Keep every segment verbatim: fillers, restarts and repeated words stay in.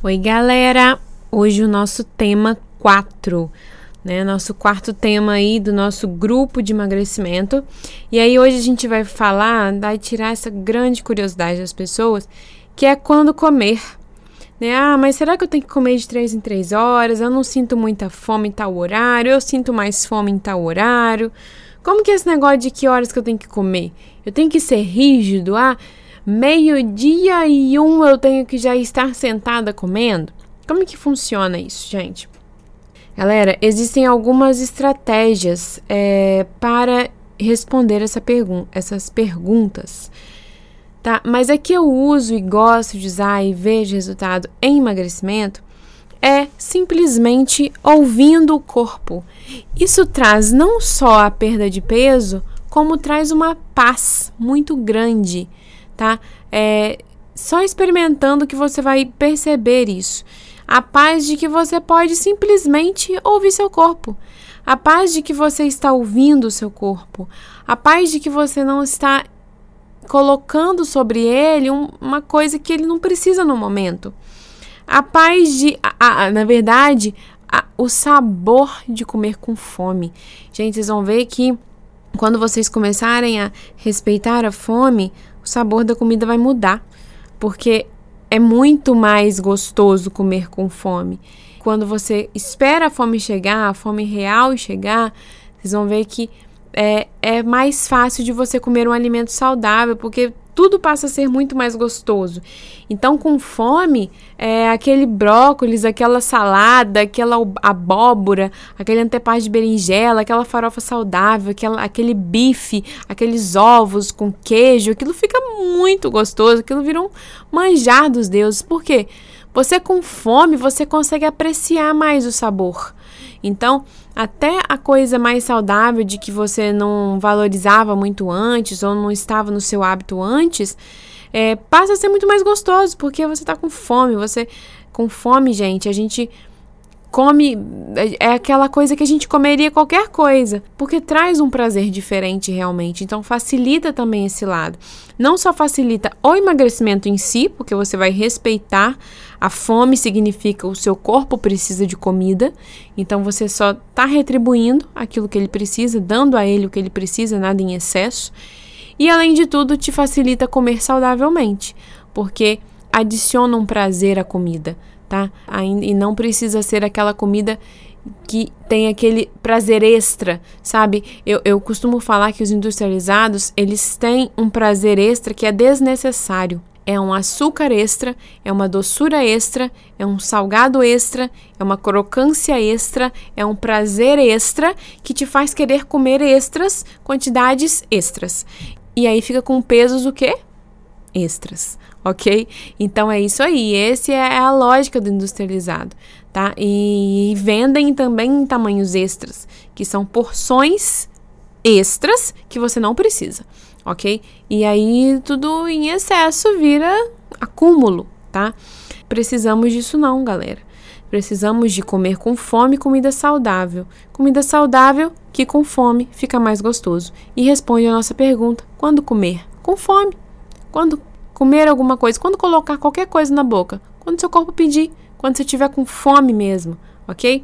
Oi, galera! Hoje o nosso tema quatro, né? Nosso quarto tema aí do nosso grupo de emagrecimento. E aí hoje a gente vai falar, vai tirar essa grande curiosidade das pessoas, que é quando comer. Né? Ah, mas será que eu tenho que comer de três em três horas? Eu não sinto muita fome em tal horário, eu sinto mais fome em tal horário. Como que é esse negócio de que horas que eu tenho que comer? Eu tenho que ser rígido? Ah, meio-dia e um eu tenho que já estar sentada comendo? Como que funciona isso, gente? Galera, existem algumas estratégias é, para responder essa pergun- essas perguntas, tá? Mas a que eu uso e gosto de usar e vejo resultado em emagrecimento é simplesmente ouvindo o corpo. Isso traz não só a perda de peso, como traz uma paz muito grande, tá? É, só experimentando que você vai perceber isso. A paz de que você pode simplesmente ouvir seu corpo. A paz de que você está ouvindo o seu corpo. A paz de que você não está colocando sobre ele um, uma coisa que ele não precisa no momento. A paz de, a, a, na verdade, a, o sabor de comer com fome. Gente, vocês vão ver que quando vocês começarem a respeitar a fome, o sabor da comida vai mudar, porque é muito mais gostoso comer com fome. Quando você espera a fome chegar, a fome real chegar, vocês vão ver que é, é mais fácil de você comer um alimento saudável, porque tudo passa a ser muito mais gostoso. Então, com fome, é, aquele brócolis, aquela salada, aquela abóbora, aquele anteparo de berinjela, aquela farofa saudável, aquela, aquele bife, aqueles ovos com queijo, aquilo fica muito gostoso, aquilo vira um manjar dos deuses. Por quê? Você com fome, você consegue apreciar mais o sabor. Então, até a coisa mais saudável de que você não valorizava muito antes ou não estava no seu hábito antes, é, passa a ser muito mais gostoso, porque você está com fome. Você, com fome, gente, a gente come, é aquela coisa que a gente comeria qualquer coisa, porque traz um prazer diferente realmente. Então, facilita também esse lado. Não só facilita o emagrecimento em si, porque você vai respeitar a fome, significa o seu corpo precisa de comida, então você só está retribuindo aquilo que ele precisa, dando a ele o que ele precisa, nada em excesso. E além de tudo, te facilita comer saudavelmente, porque adiciona um prazer à comida, tá? E não precisa ser aquela comida que tem aquele prazer extra, sabe? Eu, eu costumo falar que os industrializados, eles têm um prazer extra que é desnecessário. É um açúcar extra, é uma doçura extra, é um salgado extra, é uma crocância extra, é um prazer extra que te faz querer comer extras, quantidades extras. E aí fica com pesos o quê? Extras, ok? Então é isso aí, essa é a lógica do industrializado, tá? E vendem também em tamanhos extras, que são porções extras que você não precisa, ok? E aí tudo em excesso vira acúmulo, tá? Precisamos disso não, galera. Precisamos de comer com fome comida saudável. Comida saudável que com fome fica mais gostoso. E responde a nossa pergunta, quando comer? Com fome. Quando comer alguma coisa, quando colocar qualquer coisa na boca, quando seu corpo pedir, quando você estiver com fome mesmo, ok?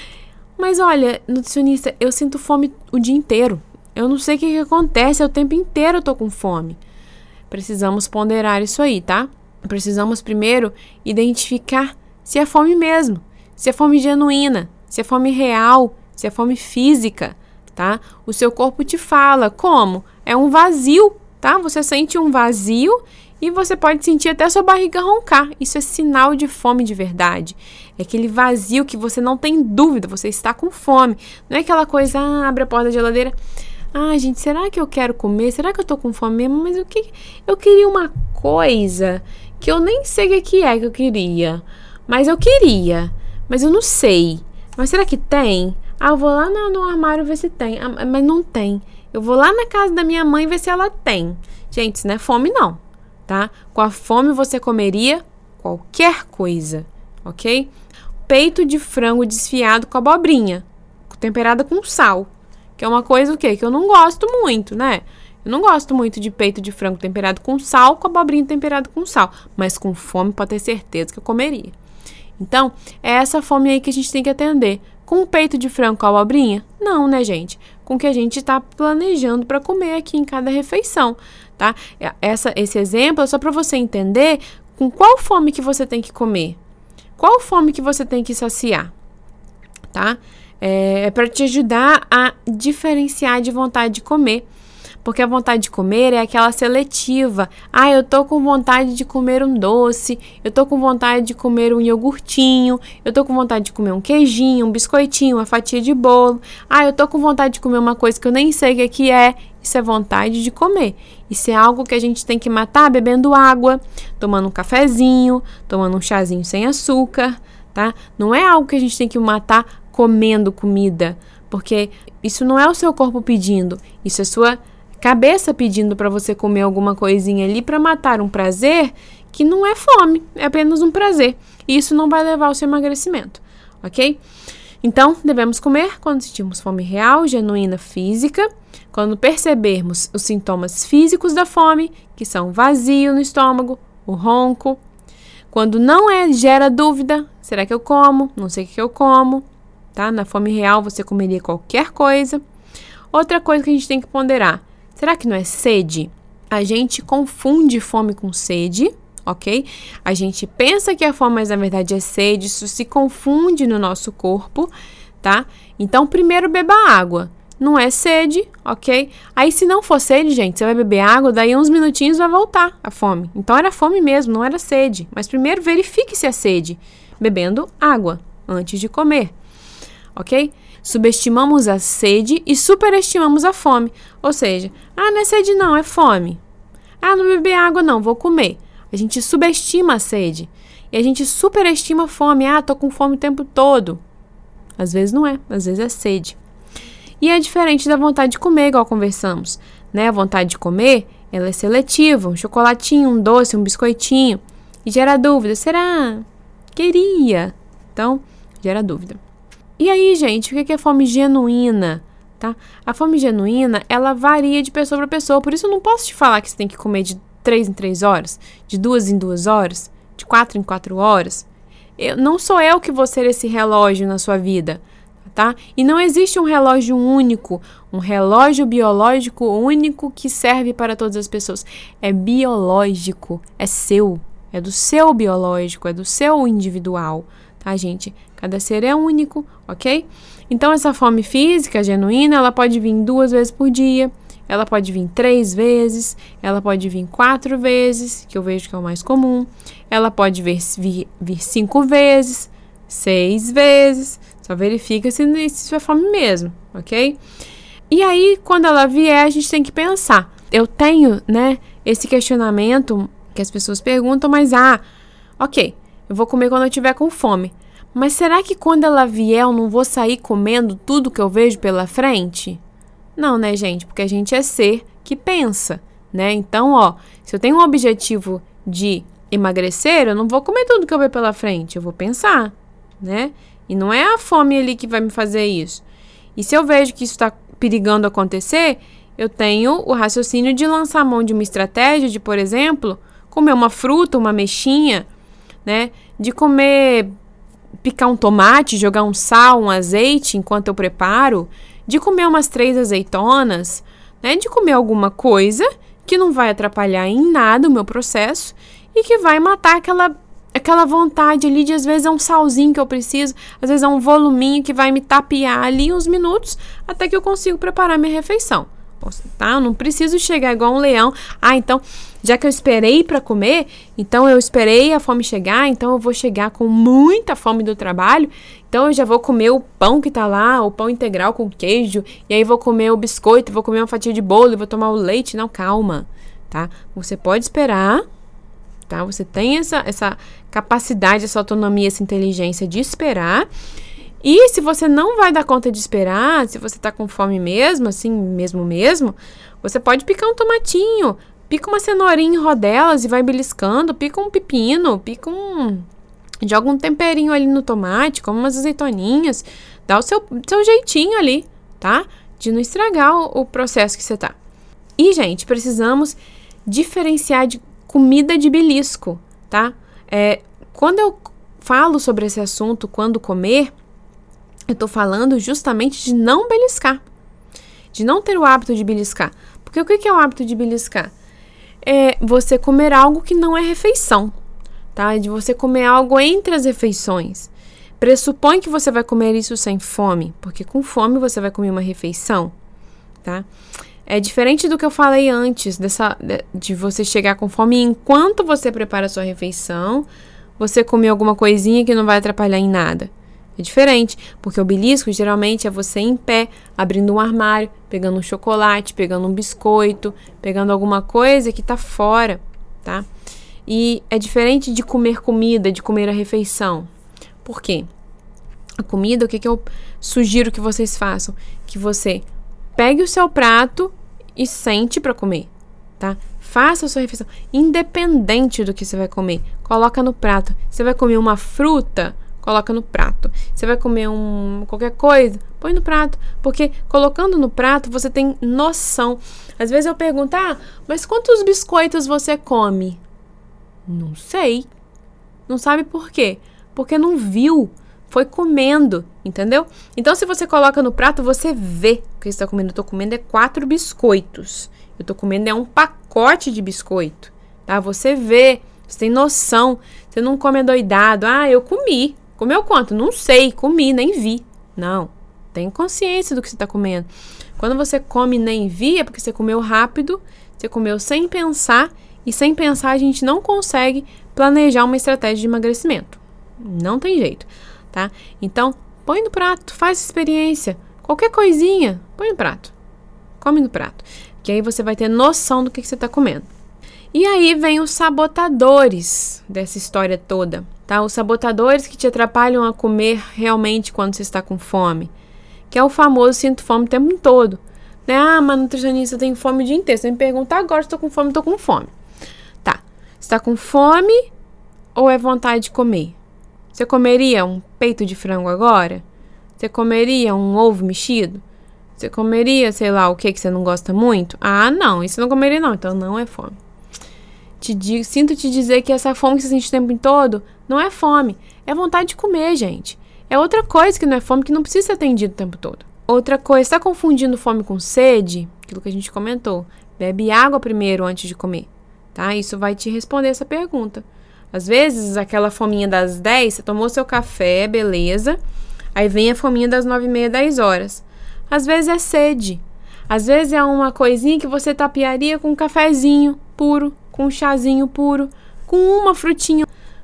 Mas olha, nutricionista, eu sinto fome o dia inteiro. Eu não sei o que, que acontece, é o tempo inteiro eu tô com fome. Precisamos ponderar isso aí, tá? Precisamos primeiro identificar se é fome mesmo, se é fome genuína, se é fome real, se é fome física, tá? O seu corpo te fala como? É um vazio, tá? Você sente um vazio e você pode sentir até a sua barriga roncar. Isso é sinal de fome de verdade. É aquele vazio que você não tem dúvida, você está com fome. Não é aquela coisa, ah, abre a porta da geladeira. Ah, gente, será que eu quero comer? Será que eu tô com fome mesmo? Mas eu, que... eu queria uma coisa que eu nem sei o que é que eu queria. Mas eu queria. Mas eu não sei. Mas será que tem? Ah, eu vou lá no, no armário ver se tem. Ah, mas não tem. Eu vou lá na casa da minha mãe ver se ela tem. Gente, isso não é fome não, tá? Com a fome você comeria qualquer coisa, ok? Peito de frango desfiado com abobrinha, temperada com sal. Que é uma coisa o quê? Que eu não gosto muito, né? Eu não gosto muito de peito de frango temperado com sal, com abobrinha temperado com sal. Mas com fome pode ter certeza que eu comeria. Então, é essa fome aí que a gente tem que atender. Com um peito de frango com abobrinha? Não, né, gente? Com o que a gente está planejando para comer aqui em cada refeição, tá? Essa, esse exemplo é só para você entender com qual fome que você tem que comer. Qual fome que você tem que saciar, tá? É, é para te ajudar a diferenciar de vontade de comer. Porque a vontade de comer é aquela seletiva. Ah, eu tô com vontade de comer um doce, eu tô com vontade de comer um iogurtinho, eu tô com vontade de comer um queijinho, um biscoitinho, uma fatia de bolo. Ah, eu tô com vontade de comer uma coisa que eu nem sei o que é que é. Isso é vontade de comer. Isso é algo que a gente tem que matar bebendo água, tomando um cafezinho, tomando um chazinho sem açúcar, tá? Não é algo que a gente tem que matar comendo comida, porque isso não é o seu corpo pedindo, isso é sua cabeça pedindo para você comer alguma coisinha ali para matar um prazer que não é fome, é apenas um prazer. E isso não vai levar ao seu emagrecimento, ok? Então, devemos comer quando sentirmos fome real, genuína, física, quando percebermos os sintomas físicos da fome, que são vazio no estômago, o ronco, quando não é, gera dúvida, será que eu como? Não sei o que eu como, tá? Na fome real você comeria qualquer coisa. Outra coisa que a gente tem que ponderar, será que não é sede? A gente confunde fome com sede, ok? A gente pensa que a fome, mas na verdade é sede, isso se confunde no nosso corpo, tá? Então, primeiro beba água. Não é sede, ok? Aí, se não for sede, gente, você vai beber água, daí uns minutinhos vai voltar a fome. Então, era fome mesmo, não era sede. Mas primeiro verifique se é sede, bebendo água antes de comer, ok? Subestimamos a sede e superestimamos a fome. Ou seja, ah, não é sede não, é fome. Ah, não beber água não, vou comer. A gente subestima a sede e a gente superestima a fome. Ah, tô com fome o tempo todo. Às vezes não é, às vezes é sede. E é diferente da vontade de comer, igual conversamos, né? A vontade de comer, ela é seletiva. Um chocolatinho, um doce, um biscoitinho. E gera dúvida, será? Queria. Então, gera dúvida. E aí, gente, o que é fome genuína, tá? A fome genuína, ela varia de pessoa para pessoa. Por isso eu não posso te falar que você tem que comer de três em três horas, de duas em duas horas, de quatro em quatro horas. Eu, não sou eu que vou ser esse relógio na sua vida, tá? E não existe um relógio único, um relógio biológico único que serve para todas as pessoas. É biológico, é seu, é do seu biológico, é do seu individual, tá, gente? Cada ser é único, ok? Então, essa fome física genuína, ela pode vir duas vezes por dia, ela pode vir três vezes, ela pode vir quatro vezes, que eu vejo que é o mais comum, ela pode vir, vir, vir cinco vezes, seis vezes, só verifica se isso é fome mesmo, ok? E aí, quando ela vier, a gente tem que pensar. Eu tenho, né, esse questionamento que as pessoas perguntam, mas, ah, ok, eu vou comer quando eu estiver com fome. Mas será que quando ela vier eu não vou sair comendo tudo que eu vejo pela frente? Não, né, gente? Porque a gente é ser que pensa, né? Então, ó, se eu tenho um objetivo de emagrecer, eu não vou comer tudo que eu ver pela frente, eu vou pensar, né? E não é a fome ali que vai me fazer isso. E se eu vejo que isso está perigando acontecer, eu tenho o raciocínio de lançar mão de uma estratégia de, por exemplo, comer uma fruta, uma mexinha, né? De comer... picar um tomate, jogar um sal, um azeite enquanto eu preparo, de comer umas três azeitonas, né, de comer alguma coisa que não vai atrapalhar em nada o meu processo e que vai matar aquela, aquela vontade ali de, às vezes, é um salzinho que eu preciso, às vezes é um voluminho que vai me tapear ali uns minutos até que eu consigo preparar minha refeição. Tá? Eu não preciso chegar igual um leão. Ah, então, já que eu esperei para comer, então eu esperei a fome chegar, então eu vou chegar com muita fome do trabalho, então eu já vou comer o pão que tá lá, o pão integral com queijo, e aí vou comer o biscoito, vou comer uma fatia de bolo e vou tomar o leite. Não, calma, tá? Você pode esperar, tá? Você tem essa, essa capacidade, essa autonomia, essa inteligência de esperar. E se você não vai dar conta de esperar, se você tá com fome mesmo, assim, mesmo mesmo, você pode picar um tomatinho, pica uma cenourinha em rodelas e vai beliscando, pica um pepino, pica um... joga um temperinho ali no tomate, come umas azeitoninhas, dá o seu, seu jeitinho ali, tá? De não estragar o, o processo que você tá. E, gente, precisamos diferenciar de comida de belisco, tá? É, quando eu falo sobre esse assunto quando comer, eu tô falando justamente de não beliscar, de não ter o hábito de beliscar. Porque o que é o hábito de beliscar? É você comer algo que não é refeição, tá? De você comer algo entre as refeições. Pressupõe que você vai comer isso sem fome, porque com fome você vai comer uma refeição, tá? É diferente do que eu falei antes, dessa, de você chegar com fome e enquanto você prepara a sua refeição, você comer alguma coisinha que não vai atrapalhar em nada. É diferente, porque o belisco geralmente é você em pé, abrindo um armário, pegando um chocolate, pegando um biscoito, pegando alguma coisa que tá fora, tá? E é diferente de comer comida, de comer a refeição. Por quê? A comida, o que, que eu sugiro que vocês façam? Que você pegue o seu prato e sente para comer, tá? Faça a sua refeição, independente do que você vai comer. Coloca no prato. Você vai comer uma fruta? Coloca no prato. Você vai comer um, qualquer coisa? Põe no prato. Porque colocando no prato, você tem noção. Às vezes eu pergunto, ah, mas quantos biscoitos você come? Não sei. Não sabe por quê? Porque não viu. Foi comendo, entendeu? Então, se você coloca no prato, você vê o que você está comendo. Eu tô comendo é quatro biscoitos. Eu tô comendo é um pacote de biscoito, tá? Você vê, você tem noção. Você não come adoidado. Ah, eu comi. Comeu quanto? Não sei, comi, nem vi. Não, tem consciência do que você está comendo. Quando você come nem vi, é porque você comeu rápido, você comeu sem pensar, e sem pensar a gente não consegue planejar uma estratégia de emagrecimento. Não tem jeito, tá? Então, põe no prato, faz experiência. Qualquer coisinha, põe no prato. Come no prato. Que aí você vai ter noção do que, que você está comendo. E aí vem os sabotadores dessa história toda, tá? Os sabotadores que te atrapalham a comer realmente quando você está com fome. Que é o famoso sinto fome o tempo todo. Né? Ah, mas nutricionista tem fome o dia inteiro. Você me pergunta agora se estou com fome, estou com fome. Tá. Você está com fome ou é vontade de comer? Você comeria um peito de frango agora? Você comeria um ovo mexido? Você comeria, sei lá, o que que você não gosta muito? Ah, não. Isso eu não comeria não. Então não é fome. Te digo, sinto te dizer que essa fome que você sente o tempo todo não é fome, é vontade de comer, gente. É outra coisa que não é fome, que não precisa ser atendido o tempo todo. Outra coisa, está confundindo fome com sede? Aquilo que a gente comentou. Bebe água primeiro antes de comer, tá? Isso vai te responder essa pergunta. Às vezes, aquela fominha das dez, você tomou seu café, beleza. Aí vem a fominha das nove e meia, dez horas. Às vezes é sede. Às vezes é uma coisinha que você tapearia com um cafezinho puro, com um chazinho puro, com uma frutinha,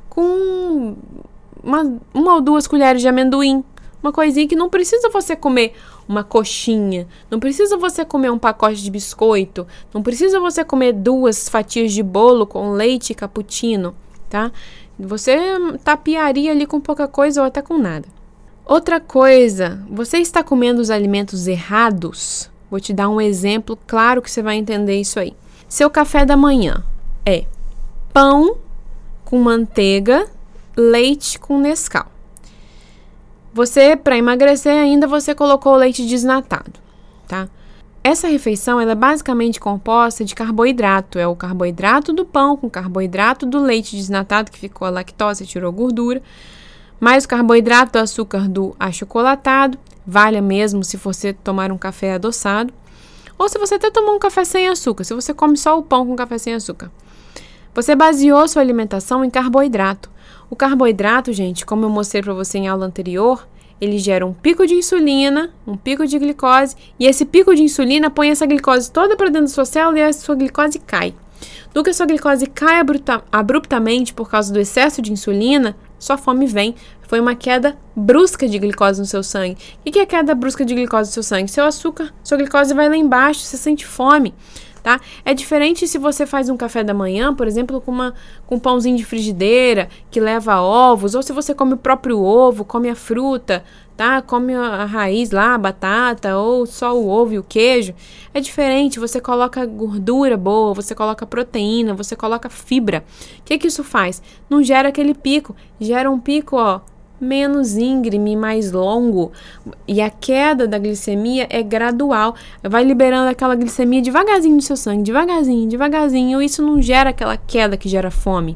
com uma, uma ou duas colheres de amendoim. Uma coisinha que não precisa você comer uma coxinha, não precisa você comer um pacote de biscoito, não precisa você comer duas fatias de bolo com leite e cappuccino, tá? Você tapearia ali com pouca coisa ou até com nada. Outra coisa, você está comendo os alimentos errados? Vou te dar um exemplo claro que você vai entender isso aí. Seu café da manhã é pão com manteiga, leite com Nescau. Você, para emagrecer ainda, você colocou leite desnatado, tá? Essa refeição, ela é basicamente composta de carboidrato. É o carboidrato do pão com carboidrato do leite desnatado, que ficou a lactose, tirou gordura, mais o carboidrato do açúcar do achocolatado, vale mesmo se você tomar um café adoçado, ou se você até tomar um café sem açúcar, se você come só o pão com café sem açúcar. Você baseou sua alimentação em carboidrato. O carboidrato, gente, como eu mostrei para você em aula anterior, ele gera um pico de insulina, um pico de glicose, e esse pico de insulina põe essa glicose toda para dentro da sua célula e a sua glicose cai. Do que a sua glicose cai abrupta, abruptamente por causa do excesso de insulina, sua fome vem. Foi uma queda brusca de glicose no seu sangue. O que é queda brusca de glicose no seu sangue? Seu açúcar, sua glicose vai lá embaixo, você sente fome, tá? É diferente se você faz um café da manhã, por exemplo, com, uma, com um pãozinho de frigideira, que leva ovos, ou se você come o próprio ovo, come a fruta, tá? Come a raiz lá, a batata, ou só o ovo e o queijo. É diferente, você coloca gordura boa, você coloca proteína, você coloca fibra. O que que isso faz? Não gera aquele pico, gera um pico, ó, menos íngreme, mais longo, e a queda da glicemia é gradual, vai liberando aquela glicemia devagarzinho no seu sangue, devagarzinho, devagarzinho, isso não gera aquela queda que gera fome.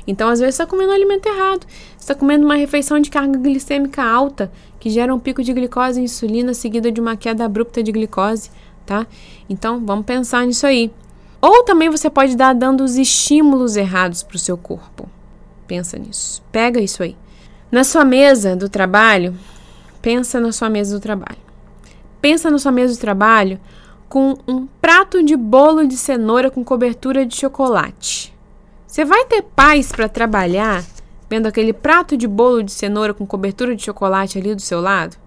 Então, às vezes, você está comendo um alimento errado. Você está comendo uma refeição de carga glicêmica alta, que gera um pico de glicose e insulina, seguida de uma queda abrupta de glicose, tá? Então, vamos pensar nisso aí. Ou também você pode estar dando os estímulos errados para o seu corpo. Pensa nisso. Pega isso aí. Na sua mesa do trabalho, pensa na sua mesa do trabalho. Pensa na sua mesa do trabalho com um prato de bolo de cenoura com cobertura de chocolate. Você vai ter paz para trabalhar vendo aquele prato de bolo de cenoura com cobertura de chocolate ali do seu lado?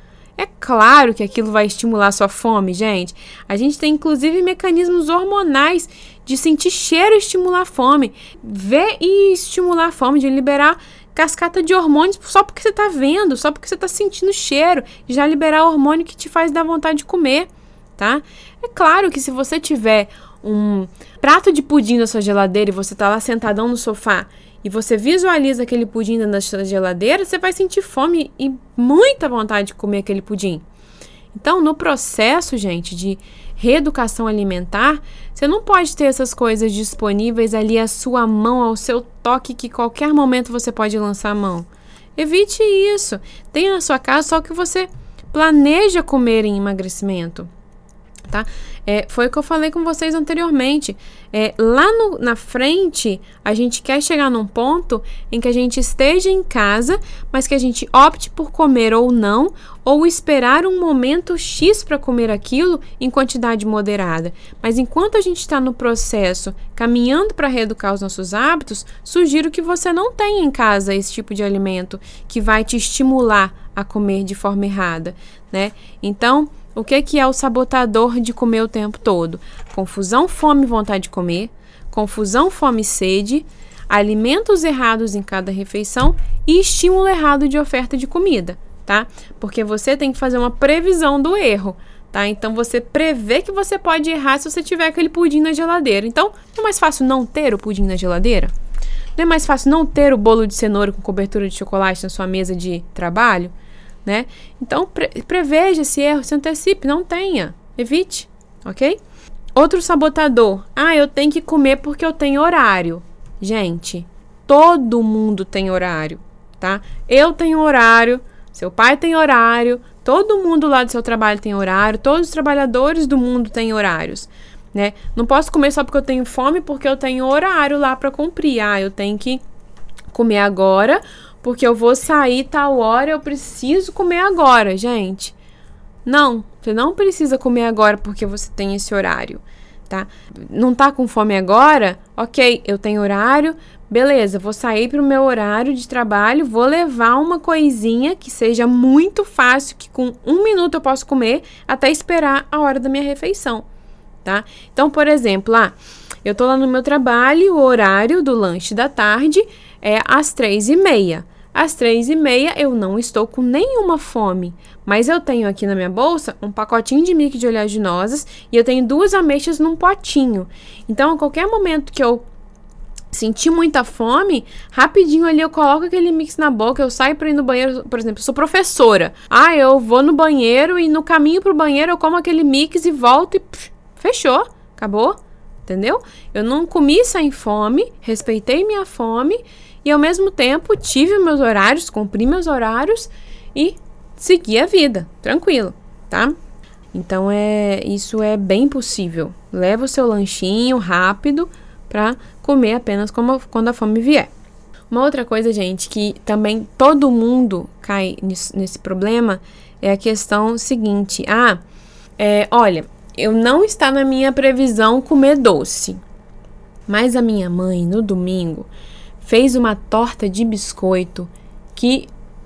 É claro que aquilo vai estimular sua fome, gente. A gente tem, inclusive, mecanismos hormonais de sentir cheiro e estimular a fome. Ver e estimular a fome, de liberar cascata de hormônios só porque você está vendo, só porque você está sentindo cheiro. Já liberar hormônio que te faz dar vontade de comer, tá? É claro que se você tiver um prato de pudim na sua geladeira e você está lá sentadão no sofá e você visualiza aquele pudim na sua geladeira, você vai sentir fome e muita vontade de comer aquele pudim. Então, no processo, gente, de reeducação alimentar, você não pode ter essas coisas disponíveis ali à sua mão, ao seu toque, que qualquer momento você pode lançar a mão. Evite isso. Tenha na sua casa só o que você planeja comer em emagrecimento. Tá? É, foi o que eu falei com vocês anteriormente. É, lá no, na frente, a gente quer chegar num ponto em que a gente esteja em casa, mas que a gente opte por comer ou não, ou esperar um momento X para comer aquilo em quantidade moderada. Mas enquanto a gente está no processo, caminhando para reeducar os nossos hábitos, sugiro que você não tenha em casa esse tipo de alimento que vai te estimular a comer de forma errada, né? Então, o que, que é o sabotador de comer o tempo todo? Confusão, fome e vontade de comer, confusão, fome e sede, alimentos errados em cada refeição e estímulo errado de oferta de comida, tá? Porque você tem que fazer uma previsão do erro, tá? Então, você prevê que você pode errar se você tiver aquele pudim na geladeira. Então, não é mais fácil não ter o pudim na geladeira? Não é mais fácil não ter o bolo de cenoura com cobertura de chocolate na sua mesa de trabalho? Né? Então, pre preveja esse erro, se antecipe, não tenha, evite, ok? Outro sabotador, ah, eu tenho que comer porque eu tenho horário. Gente, todo mundo tem horário, tá? Eu tenho horário, seu pai tem horário, todo mundo lá do seu trabalho tem horário, todos os trabalhadores do mundo têm horários, né? Não posso comer só porque eu tenho fome, porque eu tenho horário lá para cumprir. Ah, eu tenho que comer agora porque eu vou sair tal hora, eu preciso comer agora, gente. Não, você não precisa comer agora porque você tem esse horário, tá? Não tá com fome agora? Ok, eu tenho horário, beleza, vou sair pro meu horário de trabalho, vou levar uma coisinha que seja muito fácil, que com um minuto eu posso comer, até esperar a hora da minha refeição, tá? Então, por exemplo, ah, eu tô lá no meu trabalho, o horário do lanche da tarde é às três e meia. Às três e meia eu não estou com nenhuma fome, mas eu tenho aqui na minha bolsa um pacotinho de mix de oleaginosas e eu tenho duas ameixas num potinho. Então, a qualquer momento que eu sentir muita fome, rapidinho ali eu coloco aquele mix na boca, eu saio para ir no banheiro, por exemplo, eu sou professora. Ah, eu vou no banheiro e no caminho pro banheiro eu como aquele mix e volto e pff, fechou, acabou, entendeu? Eu não comi sem fome, respeitei minha fome e ao mesmo tempo tive meus horários, cumpri meus horários e segui a vida, tranquilo, tá? Então, é, isso é bem possível. Leva o seu lanchinho rápido para comer apenas como, quando a fome vier. Uma outra coisa, gente, que também todo mundo cai nesse, nesse problema é a questão seguinte. Ah, é, olha, eu não está na minha previsão comer doce, mas a minha mãe, no domingo, fez uma torta de biscoito que...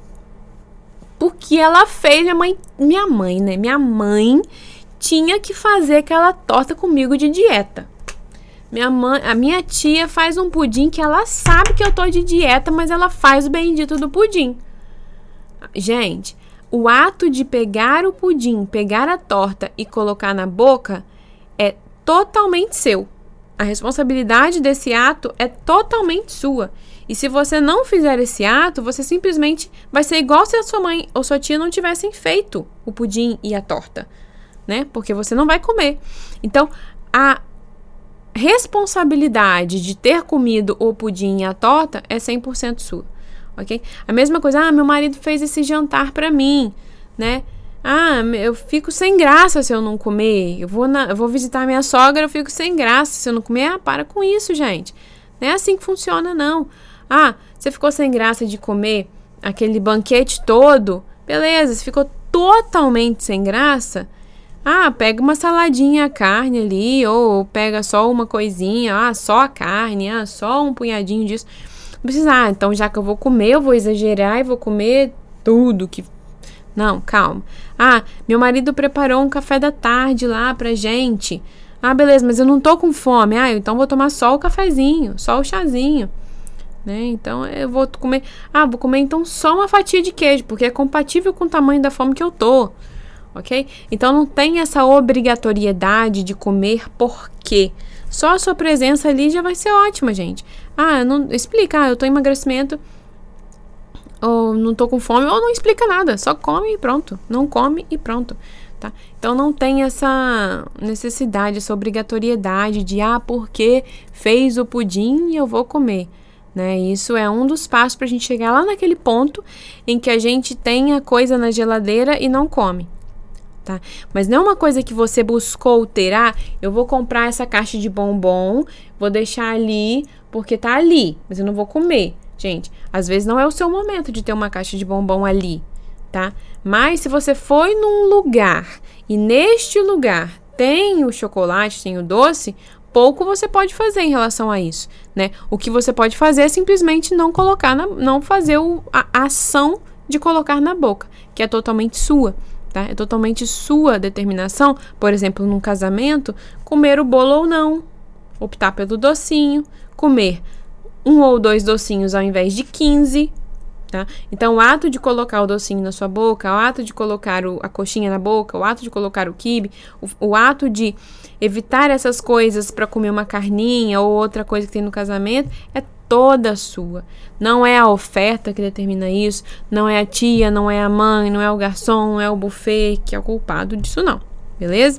Porque ela fez, minha mãe, minha mãe, né? Minha mãe tinha que fazer aquela torta comigo de dieta. Minha mãe, a minha tia faz um pudim que ela sabe que eu tô de dieta, mas ela faz o bendito do pudim. Gente, o ato de pegar o pudim, pegar a torta e colocar na boca é totalmente seu. A responsabilidade desse ato é totalmente sua. E se você não fizer esse ato, você simplesmente vai ser igual se a sua mãe ou sua tia não tivessem feito o pudim e a torta, né? Porque você não vai comer. Então, a responsabilidade de ter comido o pudim e a torta é cem por cento sua, ok? A mesma coisa, ah, meu marido fez esse jantar pra mim, né? Ah, eu fico sem graça se eu não comer. Eu vou, na, eu vou visitar minha sogra, eu fico sem graça se eu não comer. Ah, para com isso, gente. Não é assim que funciona, não. Ah, você ficou sem graça de comer aquele banquete todo. Beleza, você ficou totalmente sem graça. Ah, pega uma saladinha, carne ali, ou pega só uma coisinha, ah, só a carne, ah, só um punhadinho disso. Não precisa, ah, então já que eu vou comer, eu vou exagerar e vou comer tudo que... Não, calma. Ah, meu marido preparou um café da tarde lá pra gente. Ah, beleza, mas eu não tô com fome. Ah, então vou tomar só o cafezinho, só o chazinho, né? Então eu vou comer... Ah, vou comer então só uma fatia de queijo, porque é compatível com o tamanho da fome que eu tô, ok? Então não tem essa obrigatoriedade de comer por quê. Só a sua presença ali já vai ser ótima, gente. Ah, não... explica, ah, eu tô em emagrecimento... ou não tô com fome, ou não explica nada, só come e pronto, não come e pronto, tá? Então não tem essa necessidade, essa obrigatoriedade de, ah, porque fez o pudim e eu vou comer, né? Isso é um dos passos pra gente chegar lá naquele ponto em que a gente tem a coisa na geladeira e não come, tá? Mas não é uma coisa que você buscou ter, ah, eu vou comprar essa caixa de bombom, vou deixar ali, porque tá ali, mas eu não vou comer. Gente, às vezes não é o seu momento de ter uma caixa de bombom ali, tá? Mas se você foi num lugar e neste lugar tem o chocolate, tem o doce, pouco você pode fazer em relação a isso, né? O que você pode fazer é simplesmente não colocar, na, não fazer o, a, a ação de colocar na boca, que é totalmente sua, tá? É totalmente sua determinação, por exemplo, num casamento, comer o bolo ou não, optar pelo docinho, comer um ou dois docinhos ao invés de quinze, tá? Então, o ato de colocar o docinho na sua boca, o ato de colocar o, a coxinha na boca, o ato de colocar o quibe, o, o ato de evitar essas coisas para comer uma carninha ou outra coisa que tem no casamento, é toda sua. Não é a oferta que determina isso, não é a tia, não é a mãe, não é o garçom, não é o buffet que é o culpado disso, não. Beleza?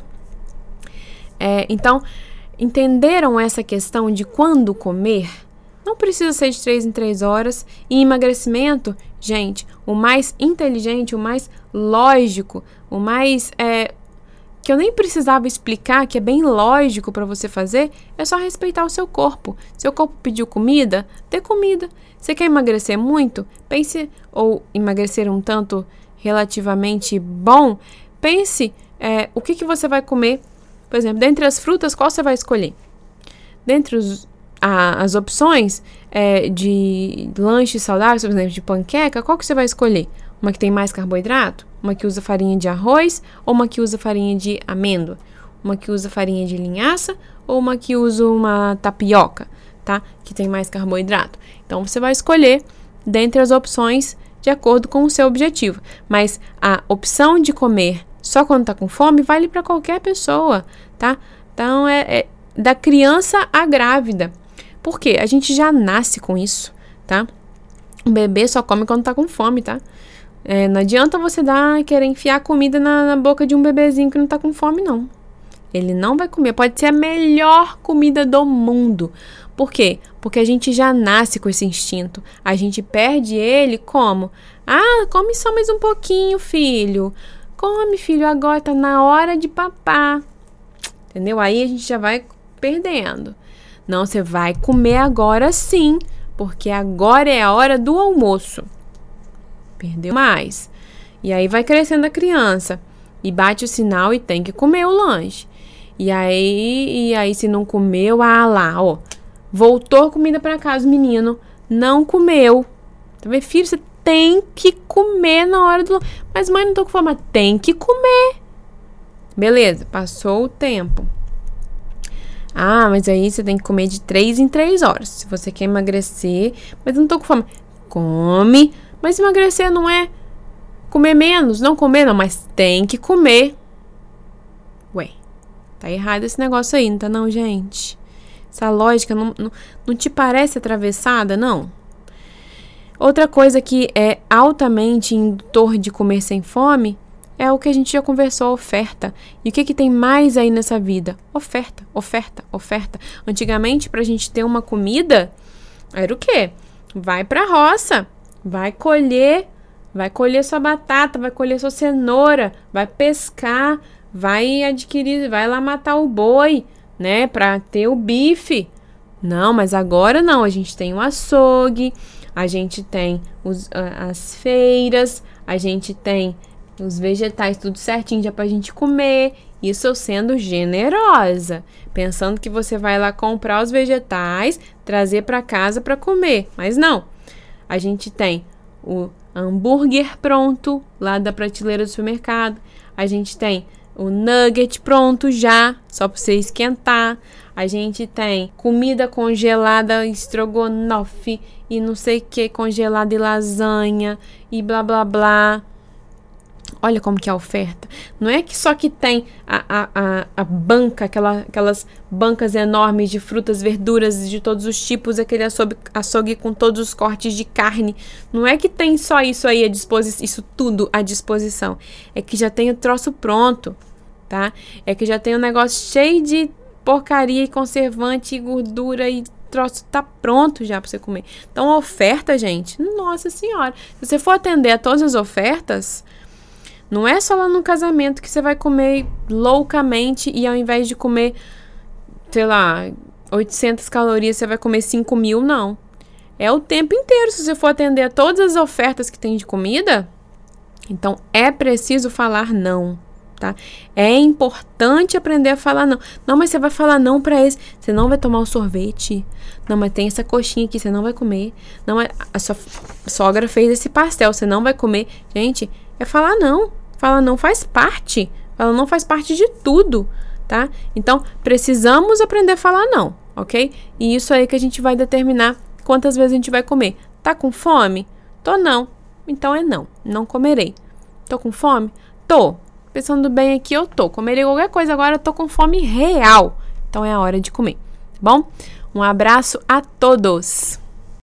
É, então, entenderam essa questão de quando comer? Não precisa ser de três em três horas. E emagrecimento, gente, o mais inteligente, o mais lógico, o mais... É, que eu nem precisava explicar, que é bem lógico para você fazer, é só respeitar o seu corpo. Seu corpo pediu comida, dê comida. Você quer emagrecer muito? Pense, ou emagrecer um tanto relativamente bom, pense é, o que, que você vai comer. Por exemplo, dentre as frutas, qual você vai escolher? Dentre os... A, as opções é, de lanches saudáveis, por exemplo, de panqueca, qual que você vai escolher? Uma que tem mais carboidrato? Uma que usa farinha de arroz? Ou uma que usa farinha de amêndoa? Uma que usa farinha de linhaça? Ou uma que usa uma tapioca, tá? Que tem mais carboidrato. Então, você vai escolher dentre as opções de acordo com o seu objetivo. Mas a opção de comer só quando tá com fome vale para qualquer pessoa, tá? Então, é, é da criança à grávida. Por quê? A gente já nasce com isso, tá? O bebê só come quando tá com fome, tá? É, não adianta você dar, querer enfiar comida na, na boca de um bebezinho que não tá com fome, não. Ele não vai comer. Pode ser a melhor comida do mundo. Por quê? Porque a gente já nasce com esse instinto. A gente perde ele como? Ah, come só mais um pouquinho, filho. Come, filho, agora tá na hora de papar. Entendeu? Aí a gente já vai perdendo. Não, você vai comer agora sim, porque agora é a hora do almoço. Perdeu mais. E aí vai crescendo a criança e bate o sinal e tem que comer o lanche. E aí, e aí se não comeu, ah lá, ó, voltou comida para casa, o menino não comeu. Tá vendo, filho? Você tem que comer na hora do... Mas mãe, não tô com fome. Mas tem que comer. Beleza, passou o tempo. Ah, mas aí você tem que comer de três em três horas. Se você quer emagrecer, mas eu não tô com fome. Come. Mas emagrecer não é comer menos, não comer não, mas tem que comer. Ué, tá errado esse negócio aí, não tá não, gente? Essa lógica não, não, não te parece atravessada, não? Outra coisa que é altamente indutor de comer sem fome, É o que a gente já conversou, oferta. E o que que tem mais aí nessa vida? Oferta, oferta, oferta. Antigamente, pra gente ter uma comida, era o quê? Vai pra roça, vai colher, vai colher sua batata, vai colher sua cenoura, vai pescar, vai adquirir, vai lá matar o boi, né? Pra ter o bife. Não, mas agora não. A gente tem o açougue, a gente tem os, as feiras, a gente tem os vegetais tudo certinho já pra gente comer. Isso eu sendo generosa, pensando que você vai lá comprar os vegetais, trazer pra casa pra comer. Mas não, a gente tem o hambúrguer pronto lá da prateleira do supermercado, a gente tem o nugget pronto já, só pra você esquentar. A gente tem comida congelada, estrogonofe e não sei o que, congelada e lasanha e blá blá blá. Olha como que é a oferta. Não é que só que tem a, a, a, a banca, aquela, aquelas bancas enormes de frutas, verduras de todos os tipos, aquele açougue, açougue com todos os cortes de carne. Não é que tem só isso aí à disposição, isso tudo à disposição. É que já tem o troço pronto, tá? É que já tem um negócio cheio de porcaria e conservante e gordura e troço tá pronto já pra você comer. Então a oferta, gente, nossa senhora. Se você for atender a todas as ofertas, não é só lá no casamento que você vai comer loucamente e ao invés de comer, sei lá, oitocentas calorias, você vai comer cinco mil, não. É o tempo inteiro. Se você for atender a todas as ofertas que tem de comida, então é preciso falar não, tá? É importante aprender a falar não. Não, mas você vai falar não pra esse. Você não vai tomar o sorvete. Não, mas tem essa coxinha aqui, você não vai comer. Não, a sua sogra fez esse pastel, você não vai comer. Gente, é falar não. Falar não faz parte. Falar não faz parte de tudo, tá? Então, precisamos aprender a falar não, ok? E isso aí que a gente vai determinar quantas vezes a gente vai comer. Tá com fome? Tô não. Então é não. Não comerei. Tô com fome? Tô. Pensando bem aqui, eu tô. Comerei qualquer coisa agora, eu tô com fome real. Então é a hora de comer, tá bom? Um abraço a todos!